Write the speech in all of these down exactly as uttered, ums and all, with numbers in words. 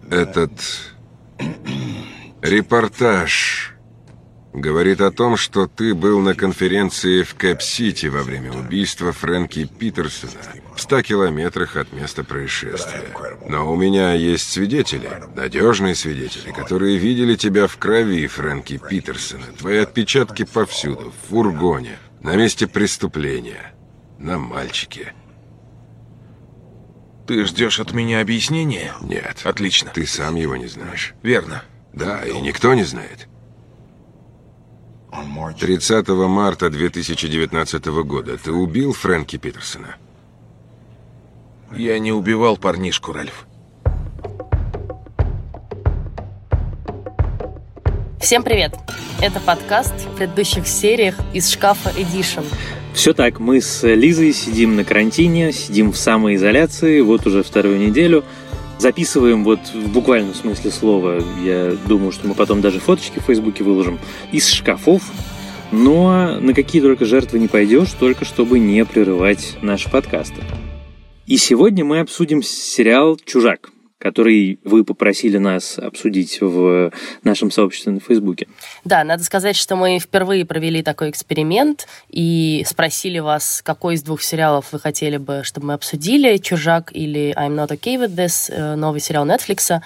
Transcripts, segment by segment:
Этот репортаж говорит о том, что ты был на конференции в Кэп-Сити во время убийства Фрэнки Питерсона в ста километрах от места происшествия. Но у меня есть свидетели, надежные свидетели, которые видели тебя в крови Фрэнки Питерсона. Твои отпечатки повсюду, в фургоне, на месте преступления, на мальчике. Ты ждешь от меня объяснения? Нет. Отлично. Ты сам его не знаешь. Верно. Да, и никто не знает. тридцатого марта две тысячи девятнадцатого года ты убил Фрэнки Питерсона? Я не убивал парнишку, Ральф. Всем привет! Это подкаст в предыдущих сериях из шкафа Edition. Все так, мы с Лизой сидим на карантине, сидим в самоизоляции вот уже вторую неделю. Записываем вот в буквальном смысле слова, я думаю, что мы потом даже фоточки в Фейсбуке выложим, из шкафов. Но на какие только жертвы не пойдешь, только чтобы не прерывать наши подкасты. И сегодня мы обсудим сериал «Чужак», который вы попросили нас обсудить в нашем сообществе на Фейсбуке. Да, надо сказать, что мы впервые провели такой эксперимент и спросили вас, какой из двух сериалов вы хотели бы, чтобы мы обсудили, «Чужак» или «I'm not okay with this», новый сериал Netflix.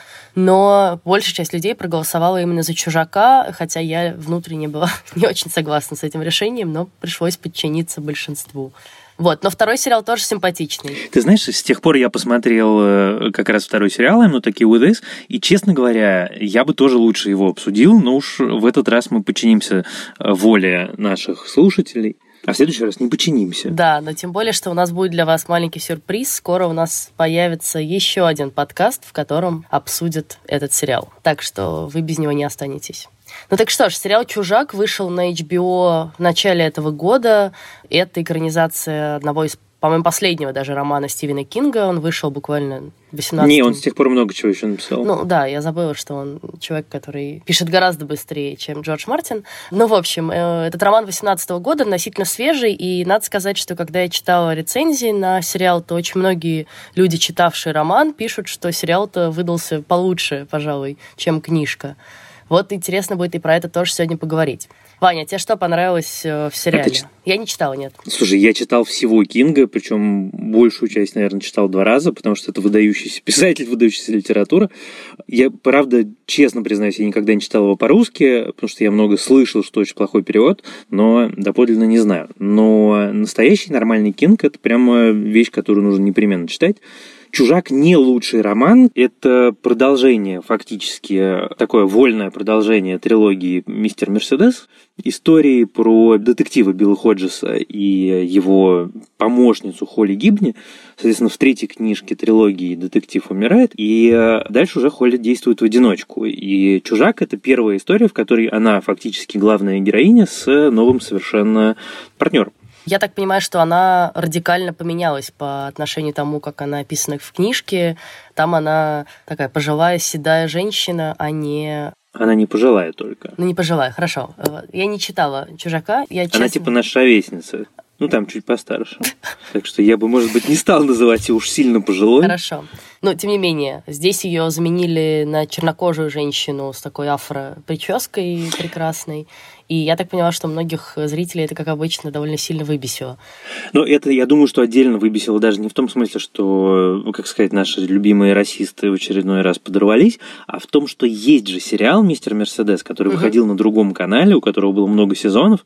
Но большая часть людей проголосовала именно за «Чужака», хотя я внутренне была не очень согласна с этим решением, но пришлось подчиниться большинству. Вот, но второй сериал тоже симпатичный. Ты знаешь, с тех пор я посмотрел как раз второй сериал, I'm not okay with this, и, честно говоря, я бы тоже лучше его обсудил, но уж в этот раз мы подчинимся воле наших слушателей, а в следующий раз не подчинимся. Да, но тем более, что у нас будет для вас маленький сюрприз. Скоро у нас появится еще один подкаст, в котором обсудят этот сериал. Так что вы без него не останетесь. Ну так что ж, сериал «Чужак» вышел на эйч би о в начале этого года. Это экранизация одного из, по-моему, последнего даже романа Стивена Кинга. Он вышел буквально в восемнадцатом... Не, он с тех пор много чего еще написал. Ну да, я забыла, что он человек, который пишет гораздо быстрее, чем Джордж Мартин. Ну, в общем, этот роман восемнадцатого года, относительно свежий, и надо сказать, что когда я читала рецензии на сериал, то очень многие люди, читавшие роман, пишут, что сериал-то выдался получше, пожалуй, чем книжка. Вот интересно будет и про это тоже сегодня поговорить. Ваня, тебе что понравилось в сериале? А ч... Я не читала, нет. Слушай, я читал всего Кинга, причем большую часть, наверное, читал два раза, потому что это выдающийся писатель, выдающаяся литература. Я, правда, честно признаюсь, я никогда не читал его по-русски, потому что я много слышал, что очень плохой перевод, но доподлинно не знаю. Но настоящий нормальный Кинг — это прямо вещь, которую нужно непременно читать. «Чужак» не лучший роман, это продолжение, фактически, такое вольное продолжение трилогии «Мистер Мерседес», истории про детектива Билла Ходжеса и его помощницу Холли Гибни. Соответственно, в третьей книжке трилогии детектив умирает, и дальше уже Холли действует в одиночку. И «Чужак» — это первая история, в которой она фактически главная героиня с новым совершенно партнером. Я так понимаю, что она радикально поменялась по отношению к тому, как она описана в книжке. Там она такая пожилая, седая женщина, а не... Она не пожилая только. Ну, не пожилая, хорошо. Я не читала «Чужака». Я, честно... Она типа наша ровесница. Ну, там чуть постарше. Так что я бы, может быть, не стал называть ее уж сильно пожилой. Хорошо. Но, тем не менее, здесь ее заменили на чернокожую женщину с такой афро-прической прекрасной. И я так поняла, что многих зрителей это, как обычно, довольно сильно выбесило. Но это, я думаю, что отдельно выбесило даже не в том смысле, что, как сказать, наши любимые расисты в очередной раз подорвались, а в том, что есть же сериал «Мистер Мерседес», который угу. выходил на другом канале, у которого было много сезонов,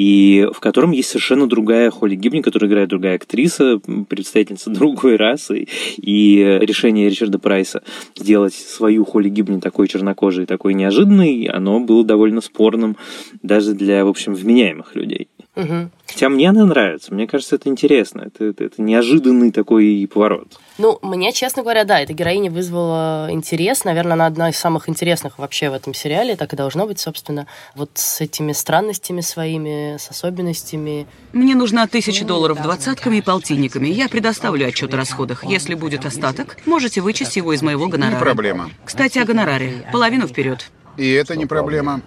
и в котором есть совершенно другая Холли Гибни, которая играет другая актриса, представительница другой расы, и решение Ричарда Прайса сделать свою Холли Гибни такой чернокожей, такой неожиданной, оно было довольно спорным даже для, в общем, вменяемых людей. Угу. Хотя мне она нравится, мне кажется, это интересно, это, это, это неожиданный такой поворот. Ну, мне, честно говоря, да, эта героиня вызвала интерес, наверное, она одна из самых интересных вообще в этом сериале, так и должно быть, собственно, вот с этими странностями своими, с особенностями. Мне нужна тысяча долларов двадцатками и полтинниками, я предоставлю отчет о расходах. Если будет остаток, можете вычесть его из моего гонорара. Не проблема. Кстати, о гонораре, половину вперед. И это не проблема.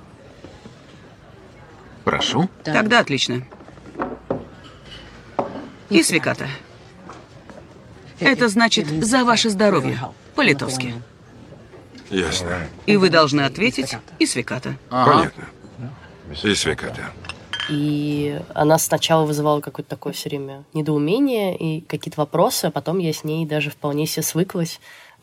Прошу. Тогда отлично. И свеката. Это значит «за ваше здоровье», по-литовски. Ясно. И вы должны ответить и свеката. Понятно. И свеката. И она сначала вызывала какое-то такое все время недоумение и какие-то вопросы, а потом я с ней даже вполне себе свыклась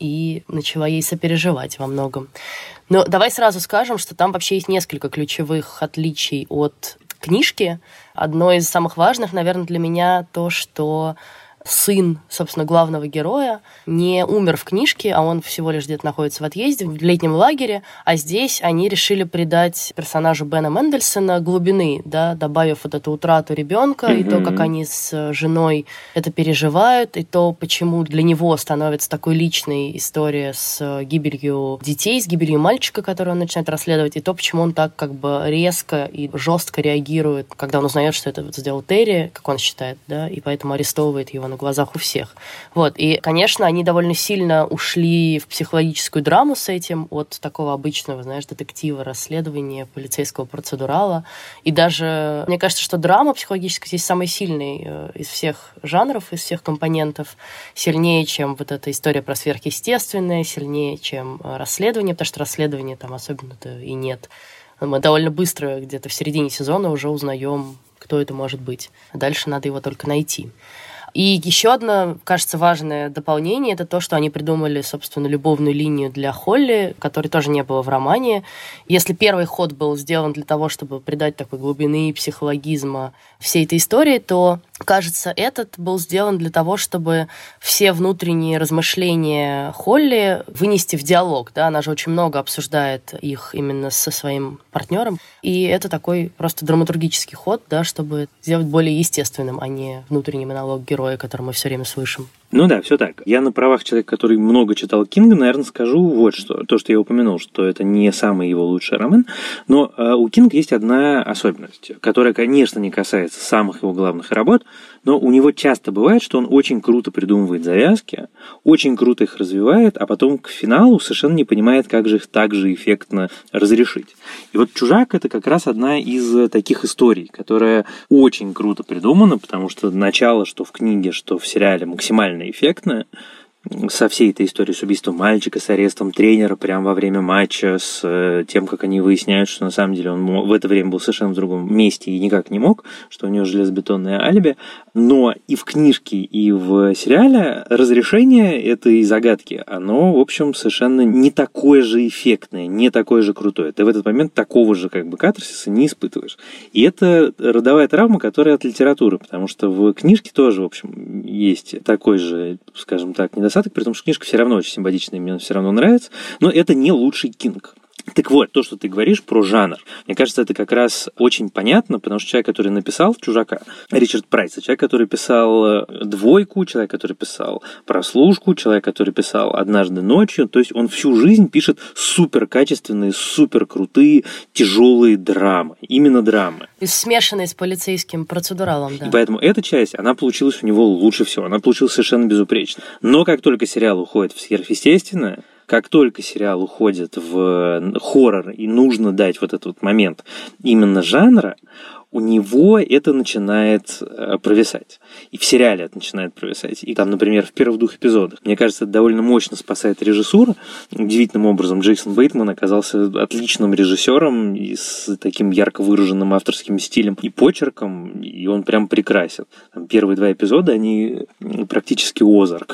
и начала ей сопереживать во многом. Но давай сразу скажем, что там вообще есть несколько ключевых отличий от книжки. Одно из самых важных, наверное, для меня то, что сын, собственно, главного героя не умер в книжке, а он всего лишь где-то находится в отъезде, в летнем лагере, а здесь они решили придать персонажу Бена Мендельсона глубины, да, добавив вот эту утрату ребенка, mm-hmm. и то, как они с женой это переживают, и то, почему для него становится такой личной история с гибелью детей, с гибелью мальчика, который он начинает расследовать, и то, почему он так как бы резко и жестко реагирует, когда он узнает, что это сделал Терри, как он считает, да, и поэтому арестовывает его на глазах у всех. Вот. И, конечно, они довольно сильно ушли в психологическую драму с этим от такого обычного, знаешь, детектива, расследования, полицейского процедурала. И даже, мне кажется, что драма психологическая здесь самый сильный э, из всех жанров, из всех компонентов. Сильнее, чем вот эта история про сверхъестественное, сильнее, чем э, расследование, потому что расследования там особенно-то и нет. Мы довольно быстро, где-то в середине сезона, уже узнаем, кто это может быть. А дальше надо его только найти. И еще одно, кажется, важное дополнение – это то, что они придумали, собственно, любовную линию для Холли, которой тоже не было в романе. Если первый ход был сделан для того, чтобы придать такой глубины и психологизма всей этой истории, то, кажется, этот был сделан для того, чтобы все внутренние размышления Холли вынести в диалог. Да? Она же очень много обсуждает их именно со своим партнером. И это такой просто драматургический ход, да, чтобы сделать более естественным, а не внутренний монолог героя, который мы все время слышим. Ну да, все так. Я на правах человека, который много читал Кинга, наверное, скажу вот что. То, что я упомянул, что это не самый его лучший роман, но э, у Кинга есть одна особенность, которая, конечно, не касается самых его главных работ, но у него часто бывает, что он очень круто придумывает завязки, очень круто их развивает, а потом к финалу совершенно не понимает, как же их так же эффектно разрешить. И вот «Чужак» — это как раз одна из таких историй, которая очень круто придумана, потому что начало, что в книге, что в сериале, максимально эффектное, со всей этой историей с убийством мальчика, с арестом тренера прямо во время матча, с тем, как они выясняют, что на самом деле он в это время был совершенно в другом месте и никак не мог, что у него железобетонное алиби. Но и в книжке, и в сериале разрешение этой загадки, оно, в общем, совершенно не такое же эффектное, не такое же крутое. Ты в этот момент такого же как бы катарсиса не испытываешь. И это родовая травма, которая от литературы, потому что в книжке тоже, в общем, есть такой же, скажем так, недостаток, при том, что книжка все равно очень симпатичная, мне все равно нравится, но это не лучший Кинг. Так вот, то, что ты говоришь про жанр, мне кажется, это как раз очень понятно, потому что человек, который написал «Чужака», Ричард Прайс, человек, который писал «Двойку», человек, который писал «Прослушку», человек, который писал «Однажды ночью», то есть он всю жизнь пишет суперкачественные, суперкрутые, тяжелые драмы, именно драмы. И смешанные с полицейским процедуралом, да. И поэтому эта часть, она получилась у него лучше всего, она получилась совершенно безупречно. Но как только сериал уходит в сверхъестественное, как только сериал уходит в хоррор и нужно дать вот этот вот момент именно жанра, у него это начинает провисать. И в сериале это начинает провисать. И там, например, в первых двух эпизодах, мне кажется, это довольно мощно спасает режиссура. Удивительным образом Джейсон Бейтман оказался отличным режиссером и с таким ярко выраженным авторским стилем и почерком, и он прям прекрасен. Там первые два эпизода, они практически Озарк.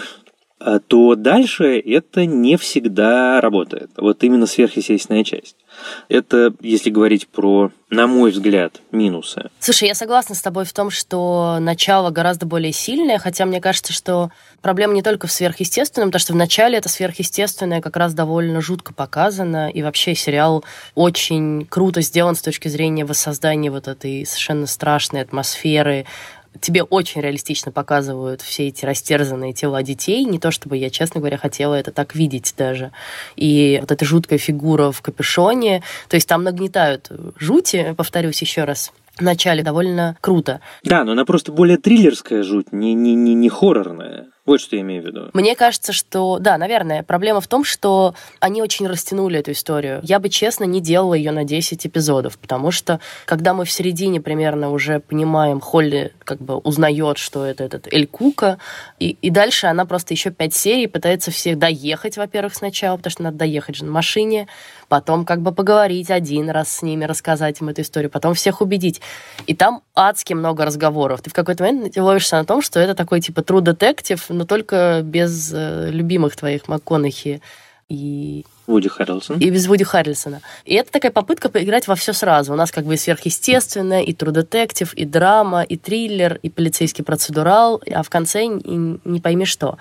То дальше это не всегда работает. Вот именно сверхъестественная часть. Это, если говорить про, на мой взгляд, минусы. Слушай, я согласна с тобой в том, что начало гораздо более сильное, хотя мне кажется, что проблема не только в сверхъестественном, потому что в начале это сверхъестественное как раз довольно жутко показано, и вообще сериал очень круто сделан с точки зрения воссоздания вот этой совершенно страшной атмосферы. Тебе очень реалистично показывают все эти растерзанные тела детей. Не то чтобы я, честно говоря, хотела это так видеть даже. И вот эта жуткая фигура в капюшоне. То есть там нагнетают жути, повторюсь еще раз. В начале довольно круто. Да, но она просто более триллерская жуть, не, не, не, не хоррорная. Вот что я имею в виду. Мне кажется, что, да, наверное, проблема в том, что они очень растянули эту историю. Я бы, честно, не делала ее на десять эпизодов, потому что, когда мы в середине примерно уже понимаем, Холли как бы узнает, что это этот Эль Кука, и, и дальше она просто еще пять серий пытается всех доехать, во-первых, сначала, потому что надо доехать же на машине, потом как бы поговорить один раз с ними, рассказать им эту историю, потом всех убедить. И там адски много разговоров. Ты в какой-то момент ловишься на том, что это такой типа True Detective, но только без э, любимых твоих МакКонахи и... Вуди Харрельсон. И без Вуди Харрельсона. И это такая попытка поиграть во все сразу. У нас как бы и сверхъестественное, и True Detective, и драма, и триллер, и полицейский процедурал, а в конце и не пойми что.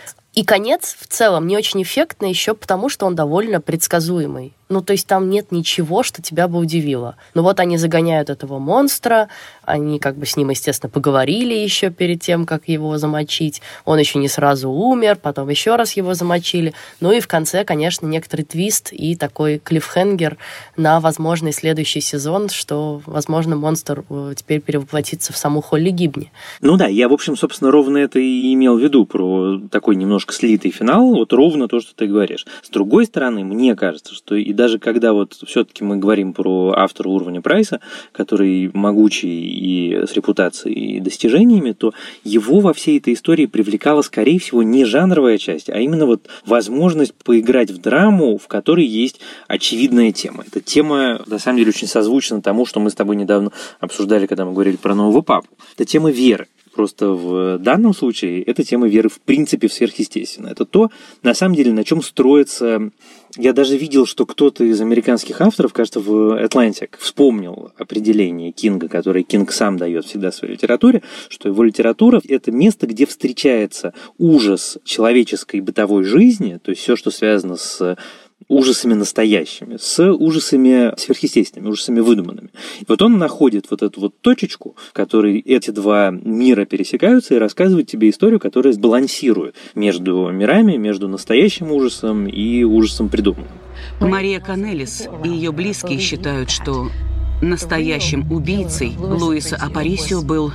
И конец в целом не очень эффектный еще потому, что он довольно предсказуемый. Ну, то есть там нет ничего, что тебя бы удивило. Ну вот они загоняют этого монстра, они как бы с ним, естественно, поговорили еще перед тем, как его замочить. Он еще не сразу умер, потом еще раз его замочили. Ну и в конце, конечно, некоторый твист и такой клиффхенгер на возможный следующий сезон, что, возможно, монстр теперь перевоплотится в саму Холли Гибни. Ну да, я, в общем, собственно, ровно это и имел в виду, про такой немножко слитый финал, вот ровно то, что ты говоришь. С другой стороны, мне кажется, что и даже когда вот все-таки мы говорим про автора уровня Прайса, который могучий и с репутацией и достижениями, то его во всей этой истории привлекала, скорее всего, не жанровая часть, а именно вот возможность поиграть в драму, в которой есть очевидная тема. Эта тема, на самом деле, очень созвучна тому, что мы с тобой недавно обсуждали, когда мы говорили про нового папу. Это тема веры. Просто в данном случае эта тема веры в принципе в сверхъестественное. Это то, на самом деле, на чем строится... Я даже видел, что кто-то из американских авторов, кажется, в Atlantic, вспомнил определение Кинга, которое Кинг сам дает всегда в своей литературе, что его литература – это место, где встречается ужас человеческой бытовой жизни, то есть все, что связано с ужасами настоящими, с ужасами сверхъестественными, ужасами выдуманными. И вот он находит вот эту вот точечку, в которой эти два мира пересекаются, и рассказывает тебе историю, которая балансирует между мирами, между настоящим ужасом и ужасом придуманным. Мария Канелис и ее близкие считают, что настоящим убийцей Луиса Апарисио был...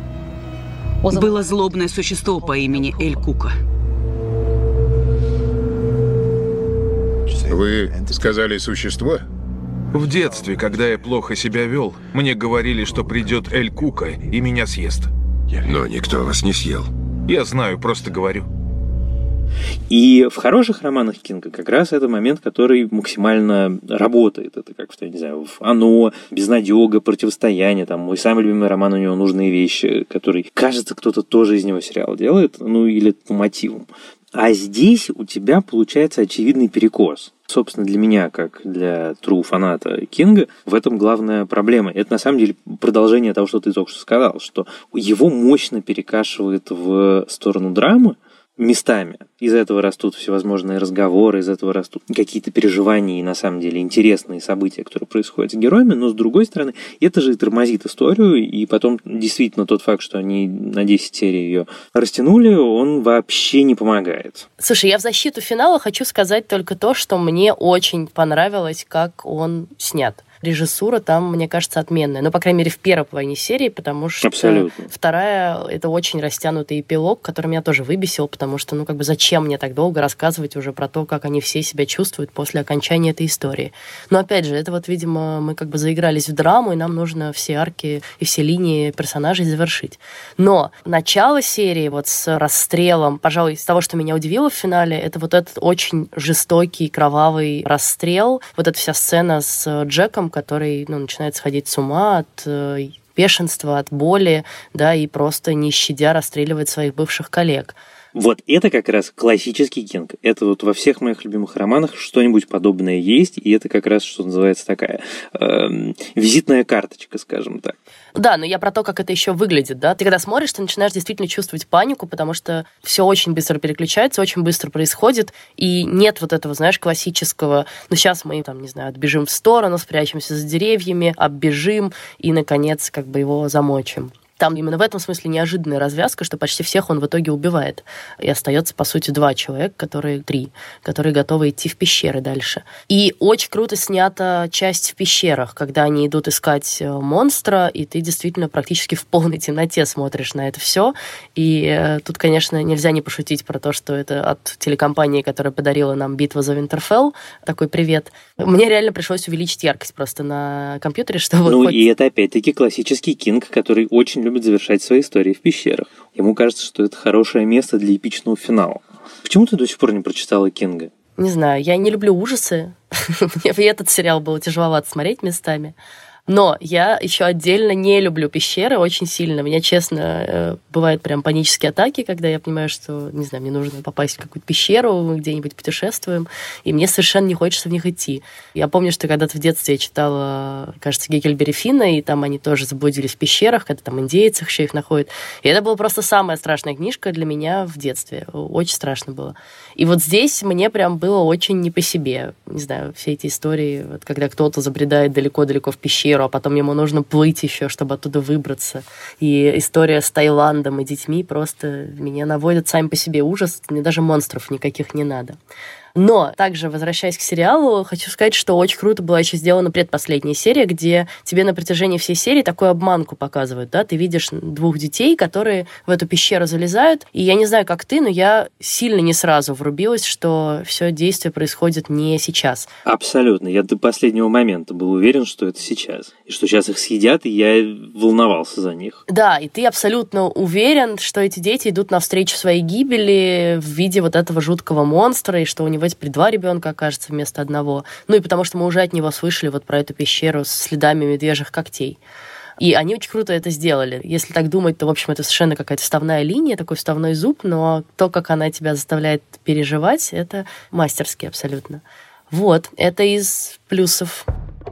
было злобное существо по имени Эль Кука. Вы сказали «существо»? В детстве, когда я плохо себя вел, мне говорили, что придет Эль Кука и меня съест. Но никто вас не съел. Я знаю, просто говорю. И в хороших романах Кинга как раз это момент, который максимально работает. Это как, я не знаю, в «Оно», «Безнадега», «Противостояние», там мой самый любимый роман, у него «Нужные вещи», который, кажется, кто-то тоже из него сериал делает, ну или по мотивам. А здесь у тебя получается очевидный перекос. Собственно, для меня, как для true фаната Кинга, в этом главная проблема. Это, на самом деле, продолжение того, что ты только что сказал, что его мощно перекашивает в сторону драмы местами. Из этого растут всевозможные разговоры, из этого растут какие-то переживания и, на самом деле, интересные события, которые происходят с героями, но, с другой стороны, это же и тормозит историю, и потом, действительно, тот факт, что они на десять серий ее растянули, он вообще не помогает. Слушай, я в защиту финала хочу сказать только то, что мне очень понравилось, как он снят. Режиссура там, мне кажется, отменная. Ну, по крайней мере, в первой половине серии, потому что Абсолютно. Вторая — это очень растянутый эпилог, который меня тоже выбесил, потому что, ну, как бы зачем мне так долго рассказывать уже про то, как они все себя чувствуют после окончания этой истории. Но, опять же, это вот, видимо, мы как бы заигрались в драму, и нам нужно все арки и все линии персонажей завершить. Но начало серии вот с расстрелом, пожалуй, из того, что меня удивило в финале, это вот этот очень жестокий, кровавый расстрел, вот эта вся сцена с Джеком, который, ну, начинает сходить с ума от э, бешенства, от боли, да, и просто не щадя расстреливает своих бывших коллег. Вот это как раз классический Кинг. Это вот во всех моих любимых романах что-нибудь подобное есть, и это как раз, что называется, такая э, визитная карточка, скажем так. Да, но я про то, как это еще выглядит, да. Ты когда смотришь, ты начинаешь действительно чувствовать панику, потому что все очень быстро переключается, очень быстро происходит, и нет вот этого, знаешь, классического, ну сейчас мы, там, не знаю, отбежим в сторону, спрячемся за деревьями, оббежим и, наконец, как бы его замочим. Там именно в этом смысле неожиданная развязка, что почти всех он в итоге убивает. И остается, по сути, два человека, которые... Три, которые готовы идти в пещеры дальше. И очень круто снята часть в пещерах, когда они идут искать монстра, и ты действительно практически в полной темноте смотришь на это все. И э, тут, конечно, нельзя не пошутить про то, что это от телекомпании, которая подарила нам «Битва за Винтерфелл». Такой привет. Мне реально пришлось увеличить яркость просто на компьютере, чтобы... Ну хоть... и это опять-таки классический Кинг, который очень любит завершать свои истории в пещерах. Ему кажется, что это хорошее место для эпичного финала. Почему ты до сих пор не прочитала Кинга? Не знаю, я не люблю ужасы. Мне и этот сериал было тяжеловато смотреть местами. Но я еще отдельно не люблю пещеры очень сильно. У меня, честно, бывают прям панические атаки, когда я понимаю, что, не знаю, мне нужно попасть в какую-то пещеру, мы где-нибудь путешествуем, и мне совершенно не хочется в них идти. Я помню, что когда-то в детстве я читала, кажется, Геккельбери Финна, и там они тоже заблудились в пещерах, когда там индейцев еще их находят. И это была просто самая страшная книжка для меня в детстве. Очень страшно было. И вот здесь мне прям было очень не по себе. Не знаю, все эти истории, вот когда кто-то забредает далеко-далеко в пещеру, а потом ему нужно плыть еще, чтобы оттуда выбраться. И история с Таиландом и детьми просто меня наводит сами по себе ужас. Мне даже монстров никаких не надо. Но также, возвращаясь к сериалу, хочу сказать, что очень круто была еще сделана предпоследняя серия, где тебе на протяжении всей серии такую обманку показывают, да, ты видишь двух детей, которые в эту пещеру залезают, и я не знаю, как ты, но я сильно не сразу врубилась, что все действие происходит не сейчас. Абсолютно. Я до последнего момента был уверен, что это сейчас, и что сейчас их съедят, и я волновался за них. Да, и ты абсолютно уверен, что эти дети идут навстречу своей гибели в виде вот этого жуткого монстра, и что у него теперь два ребенка окажется вместо одного. Ну и потому что мы уже от него слышали вот про эту пещеру с следами медвежьих когтей. И они очень круто это сделали. Если так думать, то, в общем, это совершенно какая-то вставная линия, такой вставной зуб, но то, как она тебя заставляет переживать, это мастерски абсолютно. Вот, это из плюсов.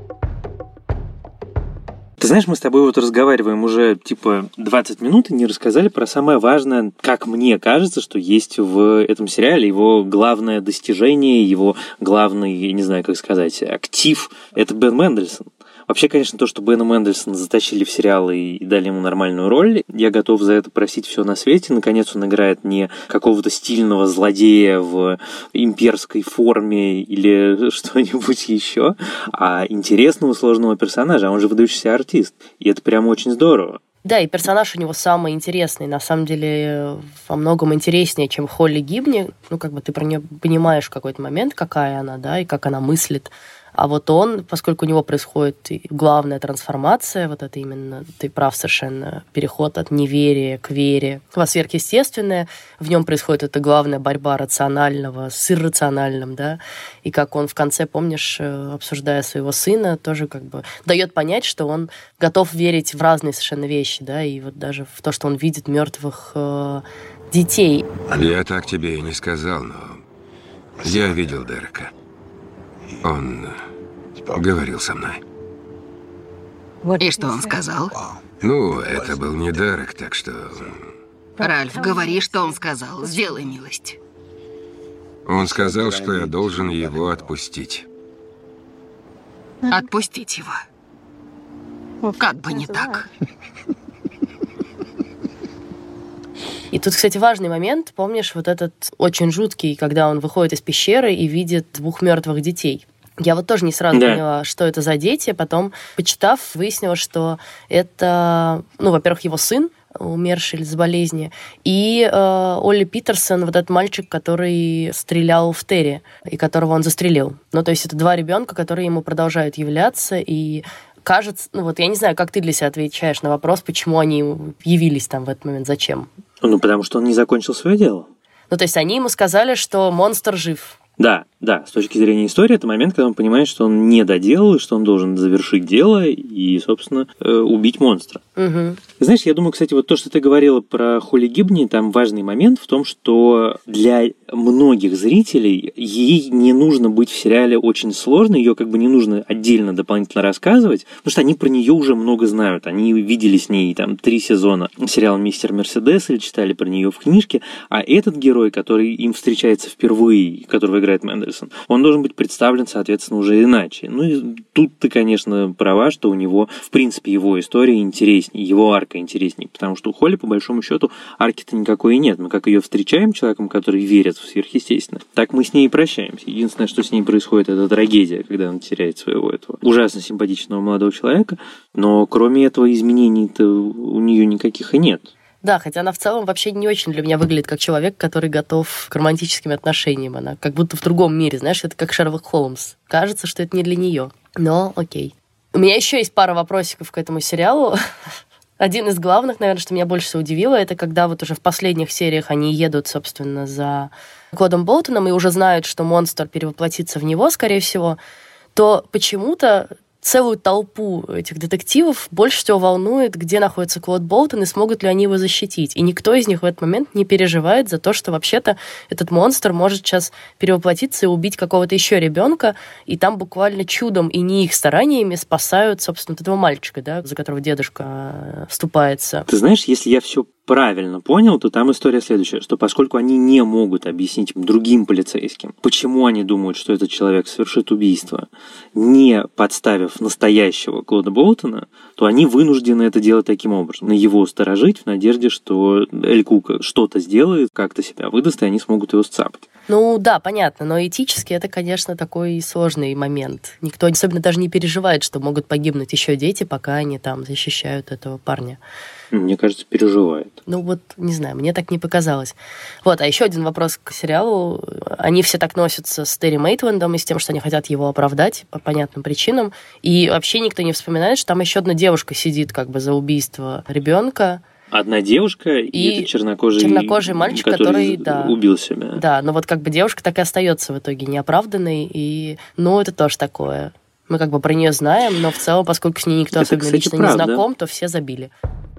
Ты знаешь, мы с тобой вот разговариваем уже типа двадцать минут и не рассказали про самое важное, как мне кажется, что есть в этом сериале, его главное достижение, его главный, я не знаю, как сказать, актив — это Бен Мендельсон. Вообще, конечно, то, что Бена Мендельсона затащили в сериал и дали ему нормальную роль, я готов за это просить все на свете. Наконец он играет не какого-то стильного злодея в имперской форме или что-нибудь еще, а интересного, сложного персонажа. А он же выдающийся артист. И это прям очень здорово. Да, и персонаж у него самый интересный, на самом деле во многом интереснее, чем Холли Гибни. Ну, как бы ты про нее понимаешь в какой-то момент, какая она, да, и как она мыслит. А вот он, поскольку у него происходит главная трансформация, вот это именно, ты прав совершенно, переход от неверия к вере во сверхъестественное, в нем происходит эта главная борьба рационального с иррациональным, да, и как он в конце, помнишь, обсуждая своего сына, тоже как бы дает понять, что он готов верить в разные совершенно вещи, да, и вот даже в то, что он видит мертвых э, детей. Я так тебе и не сказал, но я видел Дерека. Он говорил со мной. И что он сказал? Ну, это был не Дерек, так что... Ральф, говори, что он сказал. Сделай милость. Он сказал, что я должен его отпустить. Отпустить его. Как бы не так. И тут, кстати, важный момент. Помнишь, вот этот очень жуткий, когда он выходит из пещеры и видит двух мертвых детей. Я вот тоже не сразу да. поняла, что это за дети. Потом, почитав, выяснила, что это, ну, во-первых, его сын, умерший из болезни, и э, Олли Питерсон, вот этот мальчик, который стрелял в Терри, и которого он застрелил. Ну, то есть это два ребенка, которые ему продолжают являться, и кажется, ну вот я не знаю, как ты для себя отвечаешь на вопрос, почему они явились там в этот момент, зачем? Ну, потому что он не закончил свое дело. Ну, то есть они ему сказали, что монстр жив. Да, да, с точки зрения истории, это момент, когда он понимает, что он не доделал, и что он должен завершить дело и, собственно, убить монстра. Угу. Знаешь, я думаю, кстати, вот то, что ты говорила про Холли Гибни, там важный момент в том, что для многих зрителей ей не нужно быть в сериале очень сложной, ее как бы не нужно отдельно дополнительно рассказывать, потому что они про нее уже много знают, они видели с ней там три сезона сериала «Мистер Мерседес» или читали про нее в книжке, а этот герой, который им встречается впервые, которого играет играет Мендельсон, он должен быть представлен, соответственно, уже иначе. Ну и тут ты, конечно, права, что у него, в принципе, его история интереснее, его арка интереснее, потому что у Холли, по большому счету, арки-то никакой и нет. Мы как ее встречаем человеком, который верит в сверхъестественное, так мы с ней и прощаемся. Единственное, что с ней происходит, это трагедия, когда она теряет своего этого ужасно симпатичного молодого человека, но кроме этого изменений-то у нее никаких и нет. Да, хотя она в целом вообще не очень для меня выглядит как человек, который готов к романтическим отношениям. Она как будто в другом мире, знаешь, это как Шерлок Холмс. Кажется, что это не для нее, но окей. У меня еще есть пара вопросиков к этому сериалу. Один из главных, наверное, что меня больше всего удивило, это когда вот уже в последних сериях они едут, собственно, за Клодом Боутоном и уже знают, что монстр перевоплотится в него, скорее всего, то почему-то целую толпу этих детективов больше всего волнует, где находится Клод Боутон и смогут ли они его защитить. И никто из них в этот момент не переживает за то, что вообще-то этот монстр может сейчас перевоплотиться и убить какого-то еще ребенка, и там буквально чудом и не их стараниями спасают, собственно, этого мальчика, да, за которого дедушка вступается. Ты знаешь, если я все правильно понял, то там история следующая, что поскольку они не могут объяснить другим полицейским, почему они думают, что этот человек совершит убийство, не подставив настоящего Клода Боутона, то они вынуждены это делать таким образом, на его сторожить в надежде, что Эль Кука что-то сделает, как-то себя выдаст, и они смогут его сцапать. Ну да, понятно, но этически это, конечно, такой сложный момент. Никто особенно даже не переживает, что могут погибнуть еще дети, пока они там защищают этого парня. Мне кажется, переживает. Ну вот, не знаю, мне так не показалось. Вот, а еще один вопрос к сериалу. Они все так носятся с Терри Мейтлендом и с тем, что они хотят его оправдать по понятным причинам. И вообще никто не вспоминает, что там еще одна девушка сидит как бы за убийство ребенка. Одна девушка и, и это чернокожий, чернокожий мальчик, который, который да, убил себя. Да, но вот как бы девушка так и остается в итоге неоправданной. И, ну, это тоже такое. Мы как бы про нее знаем, но в целом, поскольку с ней никто это, особенно кстати, лично правда. не знаком, то все забили.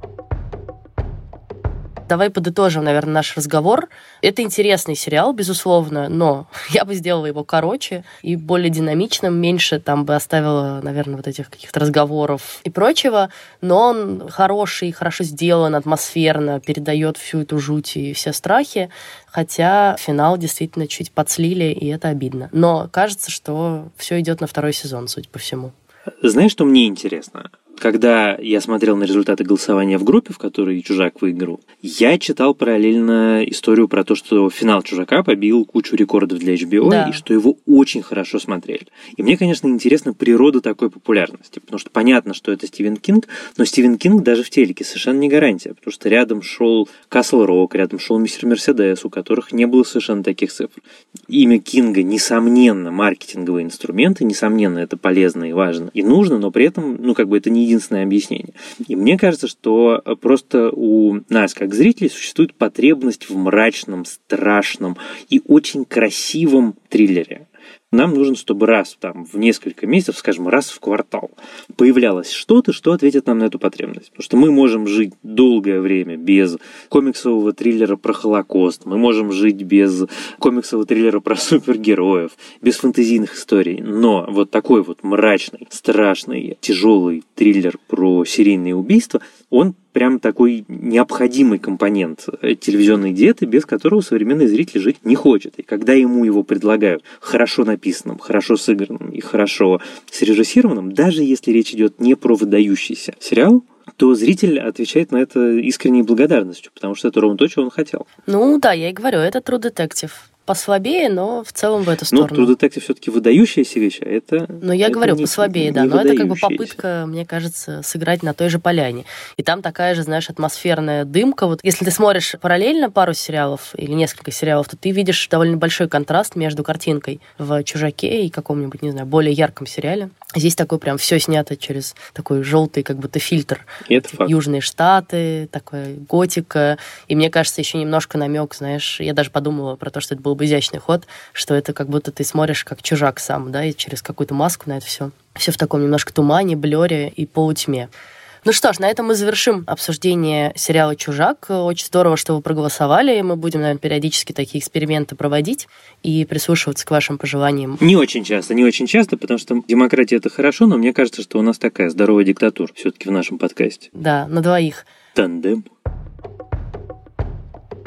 Давай подытожим, наверное, наш разговор. Это интересный сериал, безусловно, но я бы сделала его короче и более динамичным, меньше там бы оставила, наверное, вот этих каких-то разговоров и прочего, но он хороший, хорошо сделан, атмосферно, передает всю эту жуть и все страхи, хотя финал действительно чуть подслили, и это обидно. Но кажется, что все идет на второй сезон, судя по всему. Знаешь, что мне интересно? Когда я смотрел на результаты голосования в группе, в которой «Чужак» выиграл, я читал параллельно историю про то, что финал «Чужака» побил кучу рекордов для эйч би о, да. и что его очень хорошо смотрели. И мне, конечно, интересна природа такой популярности, потому что понятно, что это Стивен Кинг, но Стивен Кинг даже в телеке совершенно не гарантия, потому что рядом шел Касл Рок, рядом шел Мистер Мерседес, у которых не было совершенно таких цифр. Имя Кинга, несомненно, маркетинговый инструмент, и, несомненно, это полезно и важно и нужно, но при этом, ну, как бы это не единственное объяснение. И мне кажется, что просто у нас, как зрителей, существует потребность в мрачном, страшном и очень красивом триллере. Нам нужно, чтобы раз там, в несколько месяцев, скажем, раз в квартал появлялось что-то, что ответит нам на эту потребность. Потому что мы можем жить долгое время без комиксового триллера про Холокост, мы можем жить без комиксового триллера про супергероев, без фэнтезийных историй. Но вот такой вот мрачный, страшный, тяжелый триллер про серийные убийства, он прям такой необходимый компонент телевизионной диеты, без которого современный зритель жить не хочет. И когда ему его предлагают хорошо написанным, хорошо сыгранным и хорошо срежиссированным, даже если речь идет не про выдающийся сериал, то зритель отвечает на это искренней благодарностью, потому что это ровно то, чего он хотел. Ну да, я и говорю, это True Detective. Послабее, но в целом в эту сторону. Ну, True Detective все-таки выдающаяся вещь, а это... Ну, я это говорю, не, послабее, не да, но это как бы попытка, мне кажется, сыграть на той же поляне. И там такая же, знаешь, атмосферная дымка. Вот если ты смотришь параллельно пару сериалов или несколько сериалов, то ты видишь довольно большой контраст между картинкой в «Чужаке» и каком-нибудь, не знаю, более ярком сериале. Здесь такой прям все снято через такой желтый как будто фильтр. Это факт. Южные Штаты, такая готика. И мне кажется, еще немножко намек, знаешь, я даже подумала про то, что это был бы изящный ход, что это как будто ты смотришь как чужак сам, да, и через какую-то маску на это все. Все в таком немножко тумане, блёре и полутьме. Ну что ж, на этом мы завершим обсуждение сериала «Чужак». Очень здорово, что вы проголосовали. Мы будем, наверное, периодически такие эксперименты проводить и прислушиваться к вашим пожеланиям. Не очень часто, не очень часто, потому что демократия — это хорошо, но мне кажется, что у нас такая здоровая диктатура все-таки в нашем подкасте. Да, на двоих. Тандем.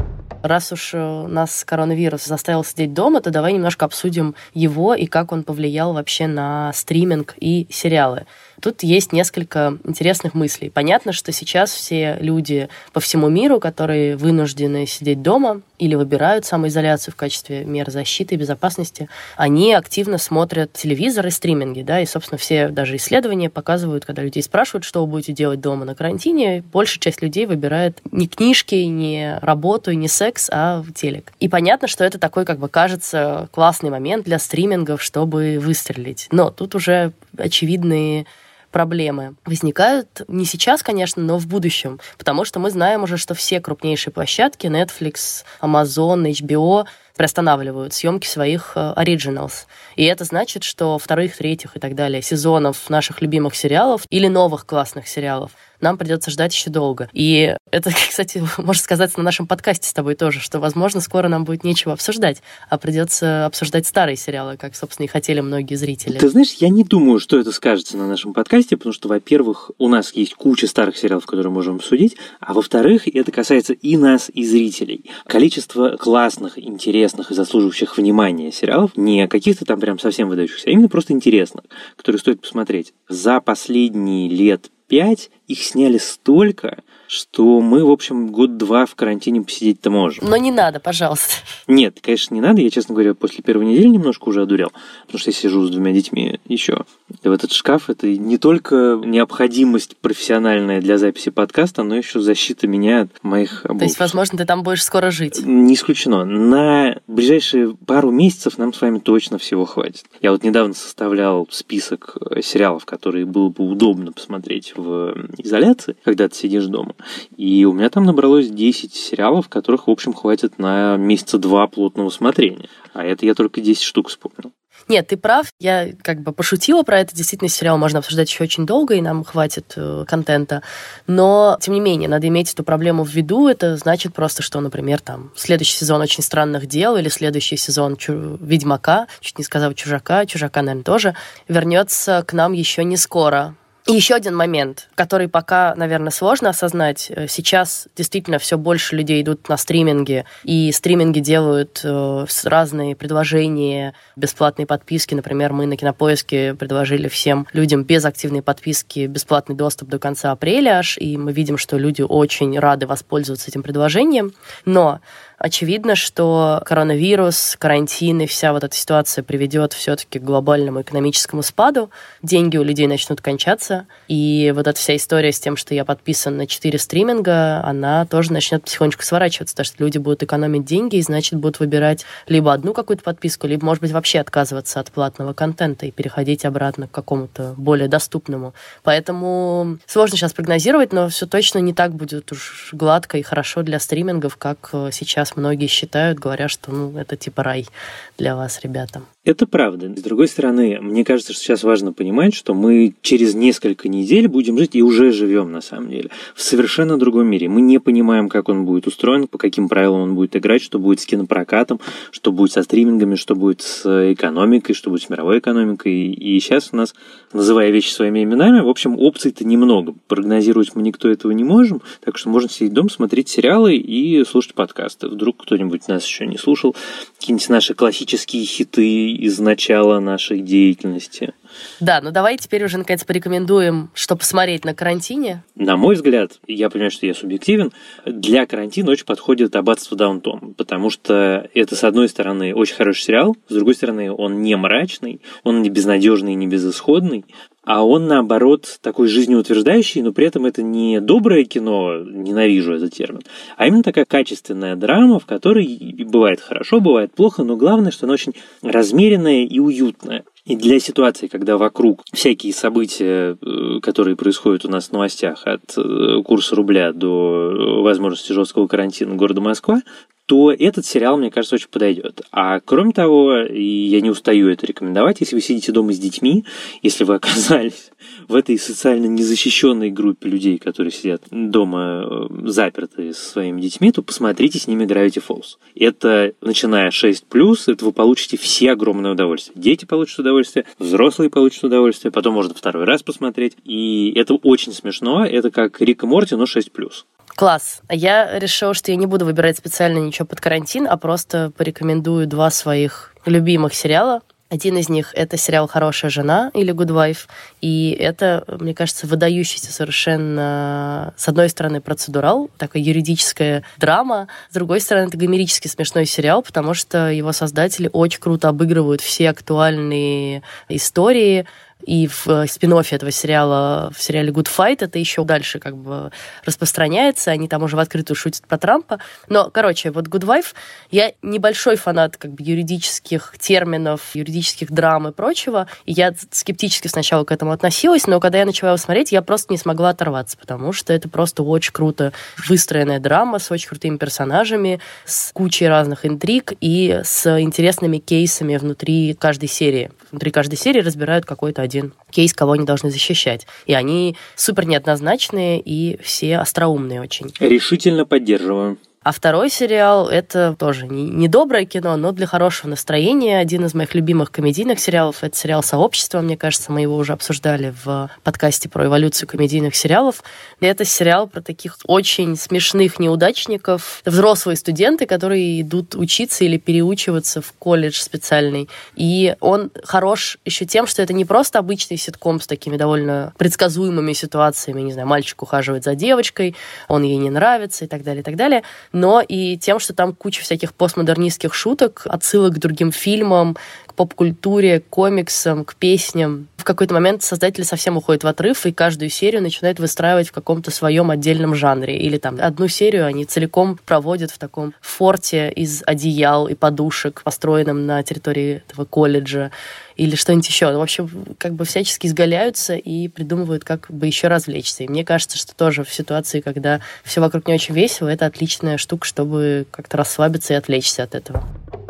Раз уж нас коронавирус заставил сидеть дома, то давай немножко обсудим его и как он повлиял вообще на стриминг и сериалы. Тут есть несколько интересных мыслей. Понятно, что сейчас все люди по всему миру, которые вынуждены сидеть дома или выбирают самоизоляцию в качестве мер защиты и безопасности, они активно смотрят телевизор и стриминги, да, и, собственно, все даже исследования показывают, когда людей спрашивают, что вы будете делать дома на карантине, большая часть людей выбирает не книжки, не работу, не секс, а телек. И понятно, что это такой, как бы, кажется, классный момент для стримингов, чтобы выстрелить. Но тут уже очевидные проблемы возникают не сейчас, конечно, но в будущем, потому что мы знаем уже, что все крупнейшие площадки Netflix, Amazon, эйч би о приостанавливают съемки своих оригиналс. И это значит, что вторых, третьих и так далее сезонов наших любимых сериалов или новых классных сериалов нам придется ждать еще долго. И это, кстати, можно сказать на нашем подкасте с тобой тоже, что, возможно, скоро нам будет нечего обсуждать, а придется обсуждать старые сериалы, как, собственно, и хотели многие зрители. Ты знаешь, я не думаю, что это скажется на нашем подкасте, потому что, во-первых, у нас есть куча старых сериалов, которые можем обсудить, а во-вторых, это касается и нас, и зрителей. Количество классных, интересных и заслуживающих внимания сериалов, не каких-то там прям совсем выдающихся, а именно просто интересных, которые стоит посмотреть. За последние лет пять их сняли столько, что мы, в общем, год-два в карантине посидеть-то можем. Но не надо, пожалуйста. Нет, конечно, не надо. Я, честно говоря, после первой недели немножко уже одурел, потому что я сижу с двумя детьми еще. И в этот шкаф это не только необходимость профессиональная для записи подкаста, но еще защита меня от моих обувь. То есть, возможно, ты там будешь скоро жить? Не исключено. На ближайшие пару месяцев нам с вами точно всего хватит. Я вот недавно составлял список сериалов, которые было бы удобно посмотреть в изоляции, когда ты сидишь дома. И у меня там набралось десять сериалов, которых, в общем, хватит на месяца два плотного смотрения. А это я только десять штук вспомнил. Нет, ты прав. Я как бы пошутила про это. Действительно, сериал можно обсуждать еще очень долго, и нам хватит э, контента. Но, тем не менее, надо иметь эту проблему в виду. Это значит просто, что, например, там следующий сезон «Очень странных дел» или следующий сезон Чу... «Ведьмака», чуть не сказала «Чужака», «Чужака», наверное, тоже, вернется к нам еще не скоро. И еще один момент, который пока, наверное, сложно осознать. Сейчас действительно все больше людей идут на стриминги, и стриминги делают э, разные предложения, бесплатные подписки. Например, мы на Кинопоиске предложили всем людям без активной подписки бесплатный доступ до конца апреля аж, и мы видим, что люди очень рады воспользоваться этим предложением. Но очевидно, что коронавирус, карантин и вся вот эта ситуация приведет все-таки к глобальному экономическому спаду. Деньги у людей начнут кончаться. И вот эта вся история с тем, что я подписан на четыре стриминга, она тоже начнет потихонечку сворачиваться, потому что люди будут экономить деньги и, значит, будут выбирать либо одну какую-то подписку, либо, может быть, вообще отказываться от платного контента и переходить обратно к какому-то более доступному. Поэтому сложно сейчас прогнозировать, но все точно не так будет уж гладко и хорошо для стримингов, как сейчас многие считают, говоря, что ну, это типа рай для вас, ребята. Это правда. С другой стороны, мне кажется, что сейчас важно понимать, что мы через несколько недель будем жить и уже живем, на самом деле, в совершенно другом мире. Мы не понимаем, как он будет устроен, по каким правилам он будет играть, что будет с кинопрокатом, что будет со стримингами, что будет с экономикой, что будет с мировой экономикой. И сейчас у нас, называя вещи своими именами, в общем, опций-то немного. Прогнозировать мы никто этого не можем, так что можно сидеть дома, смотреть сериалы и слушать подкасты. Вдруг кто-нибудь нас еще не слушал, какие-нибудь наши классические хиты из начала нашей деятельности. Да, ну давай теперь уже наконец порекомендуем, что посмотреть на карантине. На мой взгляд, я понимаю, что я субъективен, для карантина очень подходит «Аббатство Даунтон», потому что это, с одной стороны, очень хороший сериал, с другой стороны, он не мрачный, он не безнадежный, не безысходный, а он, наоборот, такой жизнеутверждающий, но при этом это не доброе кино, ненавижу этот термин, а именно такая качественная драма, в которой бывает хорошо, бывает плохо, но главное, что она очень размеренная и уютная. И для ситуации, когда вокруг всякие события, которые происходят у нас в новостях, от курса рубля до возможности жесткого карантина города Москва, то этот сериал, мне кажется, очень подойдет. А кроме того, и я не устаю это рекомендовать, если вы сидите дома с детьми, если вы оказались в этой социально незащищенной группе людей, которые сидят дома запертые со своими детьми, то посмотрите с ними Gravity Falls. Это, начиная шесть плюс, это вы получите все огромное удовольствие. Дети получат удовольствие, взрослые получат удовольствие, потом можно второй раз посмотреть. И это очень смешно, это как Рик и Морти, но шесть плюс. Класс. Я решила, что я не буду выбирать специально ничего под карантин, а просто порекомендую два своих любимых сериала. Один из них — это сериал «Хорошая жена» или «Good Wife», и это, мне кажется, выдающийся совершенно, с одной стороны, процедурал, такая юридическая драма, с другой стороны, это гомерически смешной сериал, потому что его создатели очень круто обыгрывают все актуальные истории, и в спин-оффе этого сериала, в сериале Good Fight, это еще дальше как бы распространяется, они там уже в открытую шутят про Трампа. Но, короче, вот Good Wife, я небольшой фанат как бы юридических терминов, юридических драм и прочего, и я скептически сначала к этому относилась, но когда я начала его смотреть, я просто не смогла оторваться, потому что это просто очень круто выстроенная драма с очень крутыми персонажами, с кучей разных интриг и с интересными кейсами внутри каждой серии. Внутри каждой серии разбирают какой-то один кейс, кого они должны защищать. И они супер неоднозначные и все остроумные очень. Решительно поддерживаю. А второй сериал — это тоже не, не доброе кино, но для хорошего настроения. Один из моих любимых комедийных сериалов — это сериал «Сообщество». Мне кажется, мы его уже обсуждали в подкасте про эволюцию комедийных сериалов. И это сериал про таких очень смешных неудачников, взрослые студенты, которые идут учиться или переучиваться в колледж специальный. И он хорош еще тем, что это не просто обычный ситком с такими довольно предсказуемыми ситуациями. Не знаю, мальчик ухаживает за девочкой, он ей не нравится и так далее, и так далее. Но и тем, что там куча всяких постмодернистских шуток, отсылок к другим фильмам, к поп-культуре, к комиксам, к песням. В какой-то момент создатели совсем уходят в отрыв и каждую серию начинают выстраивать в каком-то своем отдельном жанре. Или там одну серию они целиком проводят в таком форте из одеял и подушек, построенном на территории этого колледжа, или что-нибудь еще. В общем, как бы всячески изгаляются и придумывают, как бы еще развлечься. И мне кажется, что тоже в ситуации, когда все вокруг не очень весело, это отличная штука, чтобы как-то расслабиться и отвлечься от этого.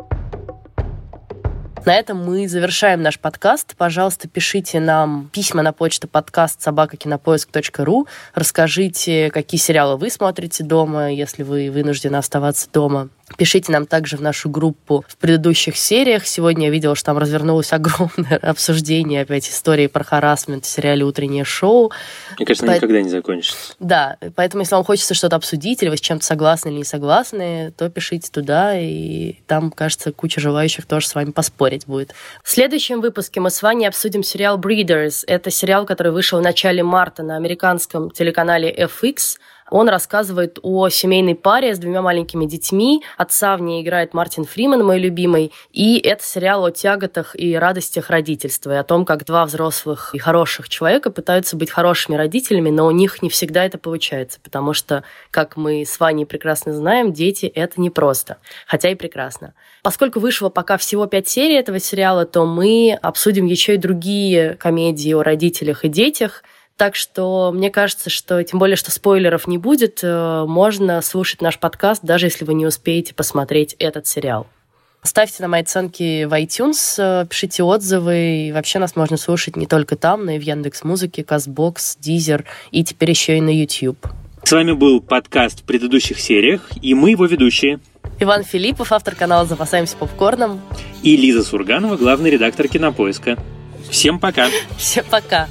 На этом мы завершаем наш подкаст. Пожалуйста, пишите нам письма на почту подкаст собака кинопоиск точка ру. Расскажите, какие сериалы вы смотрите дома, если вы вынуждены оставаться дома. Пишите нам также в нашу группу в предыдущих сериях. Сегодня я видела, что там развернулось огромное обсуждение опять истории про харассмент в сериале «Утреннее шоу». Мне кажется, По... никогда не закончится. Да, поэтому если вам хочется что-то обсудить, или вы с чем-то согласны или не согласны, то пишите туда, и там, кажется, куча желающих тоже с вами поспорить будет. В следующем выпуске мы с Ваней обсудим сериал «Breeders». Это сериал, который вышел в начале марта на американском телеканале эф икс. Он рассказывает о семейной паре с двумя маленькими детьми. Отца в ней играет Мартин Фриман, мой любимый. И это сериал о тяготах и радостях родительства, и о том, как два взрослых и хороших человека пытаются быть хорошими родителями, но у них не всегда это получается, потому что, как мы с Ваней прекрасно знаем, дети — это непросто, хотя и прекрасно. Поскольку вышло пока всего пять серий этого сериала, то мы обсудим еще и другие комедии о родителях и детях. Так что мне кажется, что тем более, что спойлеров не будет, можно слушать наш подкаст, даже если вы не успеете посмотреть этот сериал. Ставьте нам оценки в iTunes, пишите отзывы. И вообще нас можно слушать не только там, но и в Яндекс.Музыке, Castbox, Deezer и теперь еще и на YouTube. С вами был подкаст в предыдущих сериях, и мы его ведущие. Иван Филиппов, автор канала «Запасаемся попкорном». И Лиза Сурганова, главный редактор «Кинопоиска». Всем пока. Всем пока.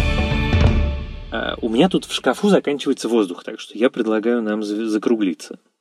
У меня тут в шкафу заканчивается воздух, так что я предлагаю нам закруглиться.